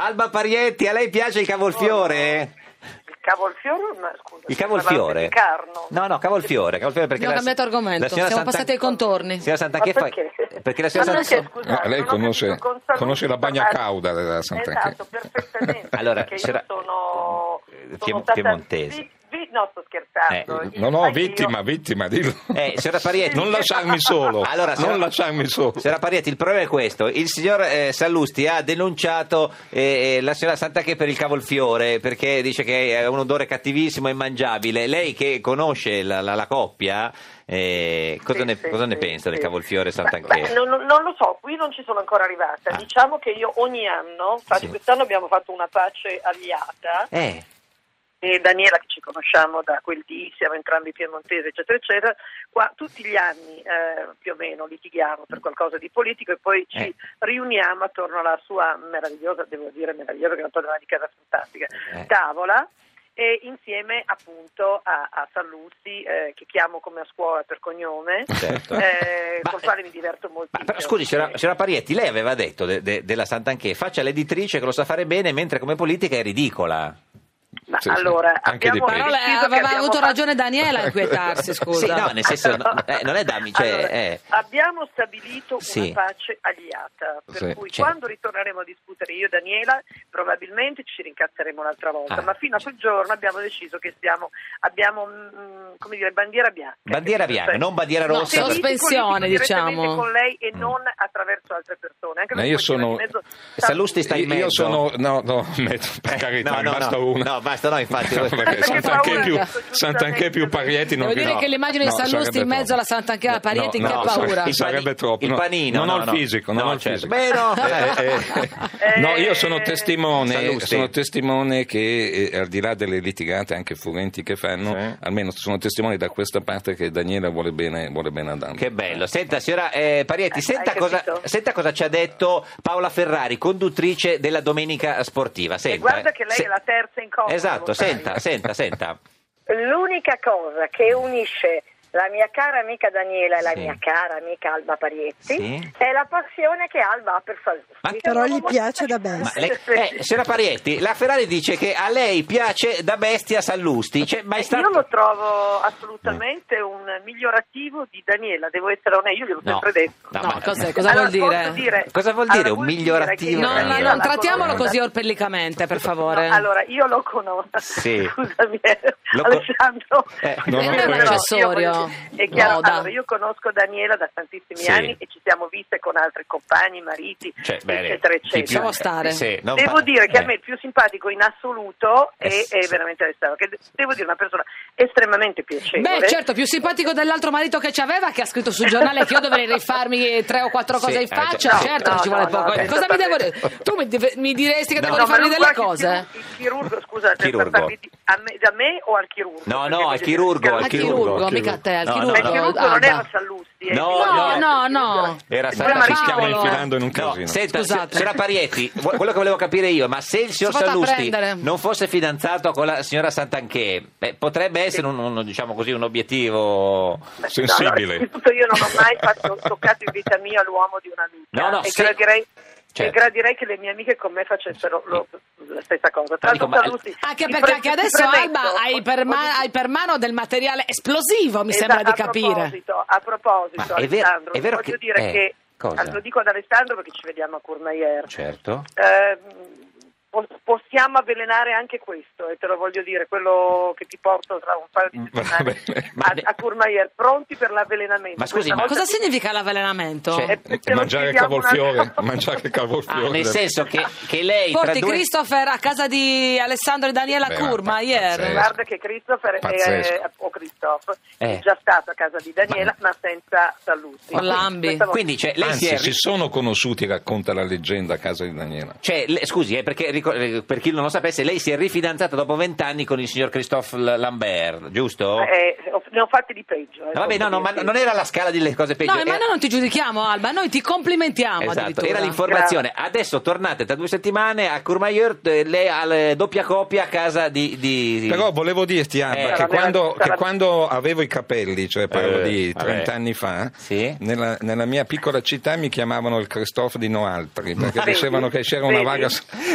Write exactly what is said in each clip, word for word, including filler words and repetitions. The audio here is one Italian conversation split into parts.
Alba Parietti, a lei piace il cavolfiore? Cavolfiore? Ma scusa, il cavolfiore? Il carno. No, no, cavolfiore. cavolfiore perché abbiamo la, cambiato argomento, siamo Santa... passati ai contorni. Signora Santanchè, Ma perché? Fa... perché la signora perché, Santa... scusate, no, lei conosce, conosce la bagna ah, cauda della Santanchè. Esatto, perfettamente. Allora, perché c'era... io sono, Piem- sono stata piemontese. vi- vi- no, sto scherzando. Eh, No, no, Anche vittima, io- vittima, dillo. Eh, signora Parietti... Non lasciarmi solo, Allora, signora- non lasciarmi solo. Signora Parietti, il problema è questo: il signor eh, Sallusti ha denunciato eh, la signora Santanchè per il cavolfiore, perché dice che è un odore cattivissimo e immangiabile. Lei che conosce la, la, la coppia, eh, cosa, Sì, ne, sì, cosa ne sì, pensa del sì. cavolfiore Beh, Santanchè? beh, non, non lo so, qui non ci sono ancora arrivata. Ah. Diciamo che io ogni anno, infatti Sì. quest'anno abbiamo fatto una pace avviata. Eh, E Daniela, che ci conosciamo da quel dì, siamo entrambi piemontesi, eccetera, eccetera, qua tutti gli anni eh, più o meno litighiamo per qualcosa di politico e poi ci Eh. riuniamo attorno alla sua meravigliosa, devo dire meravigliosa, che è una donna di casa fantastica, Eh. tavola, e insieme appunto a, a Sallusti, eh, che chiamo come a scuola per cognome, Certo. eh, Ma- con il quale mi diverto ma, moltissimo. però, scusi, signora, signora Parietti, lei aveva detto de, de, della Santanchè, faccia l'editrice che lo sa fare bene, mentre come politica è ridicola. Ma Sì, sì, allora, anche abbiamo di più. Però lei deciso che aveva abbiamo avuto fatto- ragione Daniela a inquietarsi, scusa. Sì, no, nel senso, no, eh, non è da cioè, Allora, eh. abbiamo stabilito Sì. una pace agliata, per Sì, cui certo. quando ritorneremo a discutere io e Daniela probabilmente ci rincazzeremo un'altra volta, Ah. ma fino a quel giorno abbiamo deciso che stiamo, abbiamo mm, come dire, bandiera bianca. Bandiera capito? bianca, non bandiera No, rossa. sì, sospensione, politico direttamente diciamo. con lei e non attraverso altre persone. Anche Ma perché io poi sono- c'era in mezzo- Sallusti sta in Io, mezzo. io sono, no, no, mezzo, per carità, no, ne no, basta no, una. no, basta, no, infatti. No, perché Perché Santanchè paura, più, giustamente. Santanchè più Parietti non Devo dire no, che l'immagine di no, Sallusti sarebbe in mezzo troppo. alla Santanchè alla Parietti, No, che no, paura. Il sarebbe pani- troppo. il no. panino, Non no, ho il no. fisico, non No, ho il certo. fisico. Beh, no. Eh, eh, no, io sono Eh, testimone, Sallusti. sono testimone che eh, al di là delle litigate anche furenti che fanno, Sì. almeno sono testimone da questa parte che Daniela vuole bene, vuole bene ad Andrea. Che bello. Senta, signora eh, Parietti, Eh, senta hai cosa, capito? senta cosa ci ha detto Paola Ferrari, conduttrice della Domenica Sportiva. Senta, E guarda che lei se- è la terza in coppia. Esatto, lo sai. senta, senta, senta. L'unica cosa che unisce la mia cara amica Daniela e la Sì. mia cara amica Alba Parietti Sì. è la passione che Alba ha per Sallusti. Ma- Però gli Sono piace da molto- Ma bestia. lei, eh, signora Parietti, la Ferrari dice che a lei piace da bestia Sallusti. Cioè, ma è stato... Io lo trovo assolutamente un migliorativo di Daniela, devo essere onesta, io gliel'ho No. sempre detto. No, No, ma- cos'è? Cosa Allora, vuol dire? posso dire- Cosa vuol dire allora, un vuol dire migliorativo? che io No, no, Daniela non la trattiamolo conosco- così orpellicamente, per favore. No, allora, io lo conosco. Sì. Scusami, eh, Lo co- Alessandro. Eh, no, no, Però no, io accessorio. voglio- È chiaro, Moda. allora, io conosco Daniela da tantissimi Sì. anni e ci siamo viste con altri compagni, mariti, Cioè, bene, eccetera, chi più- eccetera. Lasciamo stare. Sì, non Devo fa- dire che eh. a me il più simpatico in assoluto è, Eh, è sì. veramente Alessandro, che de- devo dire una persona estremamente piacevole. Beh, certo, più simpatico dell'altro marito che ci aveva, che ha scritto sul giornale che io dovrei rifarmi tre o quattro Sì, cose in eh, faccia. no, certo no, che ci vuole no, poco. no, senza Cosa mi devo parlare. dire? Tu mi, deve- mi diresti che No. devo No, rifarmi ma non delle guardi cose? Il chirurgo, il chirurgo scusa, Chirurgo. per farmi di- a me, da me o al chirurgo? No, Perché no, voglio al dire, chirurgo, al Al chirurgo. chirurgo, mica a te, al No, no, chirurgo. Ma il chirurgo non Alba. era Sallusti. eh, No, il chirurgo no, era- no, il no. chirurgo Era il Sara- problema Ci di stiamo Paolo. infilando in un No, casino. senta, Scusate. signora Parietti, vo- quello che volevo capire io, ma se il signor Sono fatta Sallusti prendere. non fosse fidanzato con la signora Santanchè, eh, potrebbe essere un, un, diciamo così, un obiettivo... Sensibile. No, no, innanzitutto io non ho mai fatto, toccato in vita mia l'uomo di un'amica. No, no, e se- gradirei, certo. e gradirei che le mie amiche con me facessero lo- la stessa cosa. Tra Dico, l'altro ma- Sallusti, Anche ti perché pre- anche ti adesso, premetto- Alba, hai per, ma- voglio- hai per mano del materiale esplosivo, mi Esatto, sembra di a capire. proposito, a proposito, Ma è vero- Alessandro, è vero voglio che- dire eh, che cosa? lo dico ad Alessandro perché ci vediamo a Courmayeur. Certo. Ehm, po- possiamo avvelenare anche questo, e te lo voglio dire, quello che ti porto tra un paio di Va settimane bene. Ma- a, a Courmayeur, pronti per l'avvelenamento. Ma scusi, Questa ma Ma volta cosa ti- significa l'avvelenamento? Cioè, e- e te lo Mangiare spieghiamo un cavolfiore, attimo. mangiare Ah, cavolfiore. nel senso che, che lei tra Porti due... Christopher a casa di Alessandro e Daniela Beh, Courmayeur. pazzesco. Guarda che Christopher è, Pazzesco. o Christophe Eh. è già stato a casa di Daniela, ma, senza Sallusti. Con Lambi. Questa volta- Quindi cioè, lei Anzi, si è... si sono conosciuti, racconta la leggenda, a casa di Daniela. Cioè, le- scusi, eh, perché ricor- eh, per chi non lo sapesse, lei si è rifidanzata dopo vent'anni con il signor Christophe L- Lambert, giusto? Eh, ho- ne ho fatti di peggio. eh, No, vabbè, no, posso no, ma dirti. non era la scala delle cose peggio. No, ma era- noi non ti giudichiamo, Alba, noi ti complimentiamo Esatto, addirittura. era l'informazione. Adesso tornate tra due settimane a Courmayeur, eh, lei ha la doppia coppia a casa di... di- di- Però volevo dirti, Alba, Eh. che, Sarà quando, nella- sarà- che quando avevo i capelli, cioè parlo Eh, di vabbè. trenta anni fa, Sì. nella, nella mia piccola città mi chiamavano il Christophe di Noaltri, perché Vedi? dicevano che c'era una Vedi? vaga, Ma- una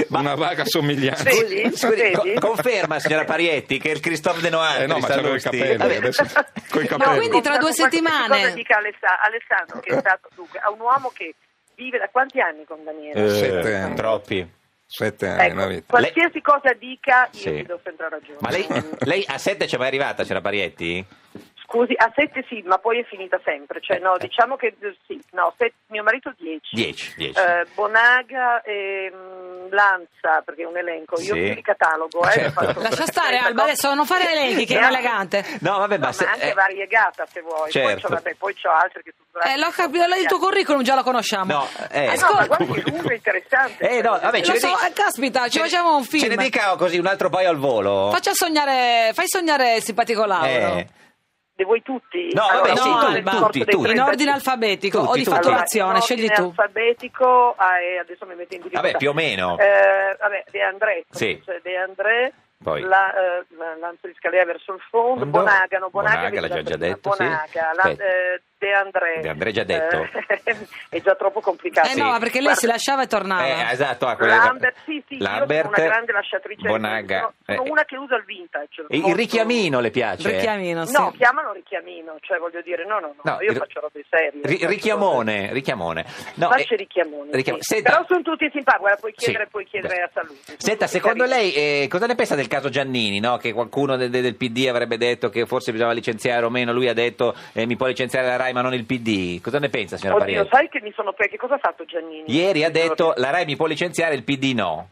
vaga somiglianza. Vedi? Scusi, Vedi? co- conferma, signora Parietti, che il Christophe de Noantri Eh no, ma c'aveva i Sallusti- capelli, Vabbè, adesso coi No, capelli. quindi tra due Qualsiasi settimane. Cosa dica Alessa- Alessandro, che è stato dunque, a un uomo che vive da quanti anni con Daniele? eh, Sette anni. troppi. Sette anni, Ecco, una vita. qualsiasi cosa dica, io Sì. ti do sempre ragione. Ma lei, lei a sette c'è mai arrivata, signora Parietti? Scusi, a sette sì, ma poi è finita sempre. Cioè, no, diciamo che eh, sì, no, set- mio marito dieci. Dieci, dieci. Eh, Bonaga e mm, Lanza, perché è un elenco. Io Sì. più di catalogo. Eh, Certo. ho fatto- Lascia stare, Questa Alba, cosa- adesso non fare elenchi, che è Eh, elegante. No, vabbè, no, ma, se- ma anche eh, variegata se vuoi. Certo. Poi c'ho, vabbè, poi c'ho altri che tu Eh, l'ho capito, il tuo curriculum già lo conosciamo. No, eh. Eh, no, ma guarda che lungo e interessante. Eh, no, vabbè, ce Lo ne so, dica- eh, caspita, ci ce ne- facciamo un Ce film. ne dica così un altro paio al volo. Faccia sognare, fai sognare il simpatico Lauro. Eh. Di voi tutti? No, vabbè, sì, uno tutti, nel tutti, corso dei tutti. In trenta ordine alfabetico Tutti, o di tutti. fatturazione, Allora, scegli in ordine tu. alfabetico, ah, e adesso mi metto in difficoltà. Vabbè, più o meno. Eh, vabbè, De André, Sì. cioè De André, Poi. la, eh, lancio di scalea verso il fondo, Fondo. Bonaga, no, Bonaga, Bonaga, l'ha già- vedi già prima, detto, sì. Bonaga, la- Aspetta. eh, De André. De André già detto. Eh, è già troppo complicato. Eh no, ma perché lei si Guarda, lasciava e tornava. Eh, esatto, ah, quella- Lambert, sì, sì, Lambert, io sono una grande lasciatrice. Bonaga. Sono, sono Eh. una che usa il vintage. Il, il molto- richiamino le piace? Richiamino, sì. No, chiamano richiamino, cioè voglio dire, no, no, no, No, io il- faccio robe serie. Ri- faccio richiamone, richiamone. No, Faccio eh, richiamoni. richiamo- sì. Senta- Però sono tutti simpatici, guarda, puoi Sì. chiedere, puoi chiedere a Salute. sono Senta, tutti secondo carini. lei eh, cosa ne pensa del caso Giannini, no? Che qualcuno de- de- del P D avrebbe detto che forse bisognava licenziare o meno, lui ha detto eh, mi può licenziare la RAI ma non il P D. Cosa ne pensa, signora Oddio, Parietti? sai che mi sono perché cosa ha fatto Giannini? Ieri ha Mi sono- detto la RAI mi può licenziare, il P D no.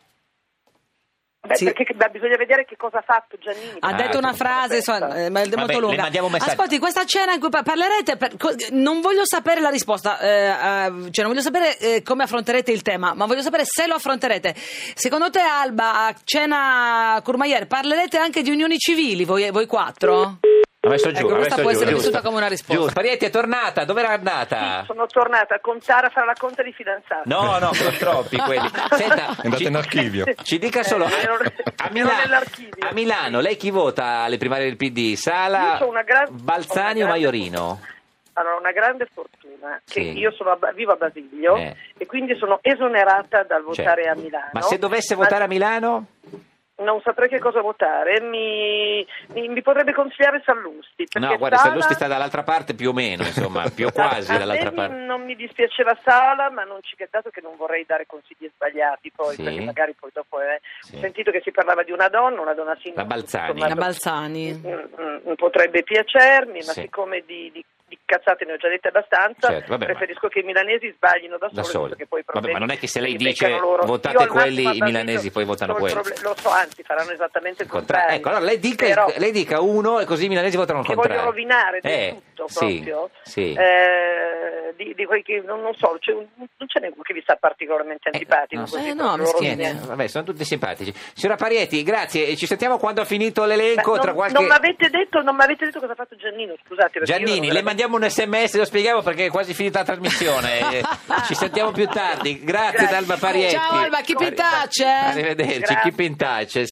Beh, Sì. perché beh, bisogna vedere che cosa ha fatto Giannini. Ha Ah, detto una frase, insomma, eh, ma è Vabbè, molto le lunga. mandiamo un messaggio. Ascolti, questa cena in cui pa- parlerete, per- co- non voglio sapere la risposta, eh, eh, cioè non voglio sapere eh, come affronterete il tema, ma voglio sapere se lo affronterete. Secondo te, Alba, a cena Courmayeur, parlerete anche di unioni civili, voi, voi quattro? Ha messo giù, Ecco, ha questa messo può giù, essere giusto. vissuta come una risposta. Giusto. Parietti è tornata, dove era andata? Sì, sono tornata a contare a fare la conta di fidanzati. No, no, sono troppi quelli. Senta, È andato ci, in archivio. ci dica solo, Eh, ero- a, a ero Milano, nell'archivio. a Milano, lei chi vota alle primarie del P D? Sala, Io c'ho una gran- Balzani ho o una grande- Maiorino? Allora, una grande fortuna che Sì. io sono a, Ba- vivo a Basilio Eh. e quindi sono esonerata dal votare Certo. a Milano. Ma se dovesse Ma votare a Milano? non saprei che cosa votare, mi, mi, mi potrebbe consigliare Sallusti. perché No, guarda, Sala- Sallusti sta dall'altra parte più o meno, insomma, più o quasi a dall'altra me parte. non mi dispiaceva Sala, ma non ci dato che non vorrei dare consigli sbagliati poi, Sì. perché magari poi dopo eh, Sì. ho sentito che si parlava di una donna, una donna singola. La Balzani. La Balzani. Mm, mm, potrebbe piacermi, ma Sì. siccome di, di, di cazzate ne ho già dette abbastanza, Certo, vabbè, preferisco che i milanesi sbaglino da, Da soli, soli. perché poi i Vabbè, problemi ma non è che se lei li dice beccano loro. votate Io al quelli, massimo a i Basilio milanesi poi votano so il quelli. proble- lo so, anzi faranno esattamente il Contra- contrario. ecco, allora lei dica, Però- lei dica uno e così i milanesi votano il che contrario. voglio rovinare del Eh, tutto sì, proprio, sì. eh, di, di quei che non, non so, c'è un- non c'è nessuno che vi sta particolarmente Eh, antipatico. no, così eh, per no, loro meschini. rovinare. Niente, vabbè, sono tutti simpatici. Signora Parietti, grazie e ci sentiamo quando ha finito l'elenco. Beh, tra non, qualche... non mi avete detto, non mi avete detto cosa ha fatto Giannino, scusate. perché io Giannini, non- le mandiamo un sms, lo spieghiamo perché è quasi finita la trasmissione. Eh, ci sentiamo più tardi. Grazie, Grazie. da Alba Parietti. Ciao Alba, keep in touch, eh. Arrivederci, Grazie. keep in touch.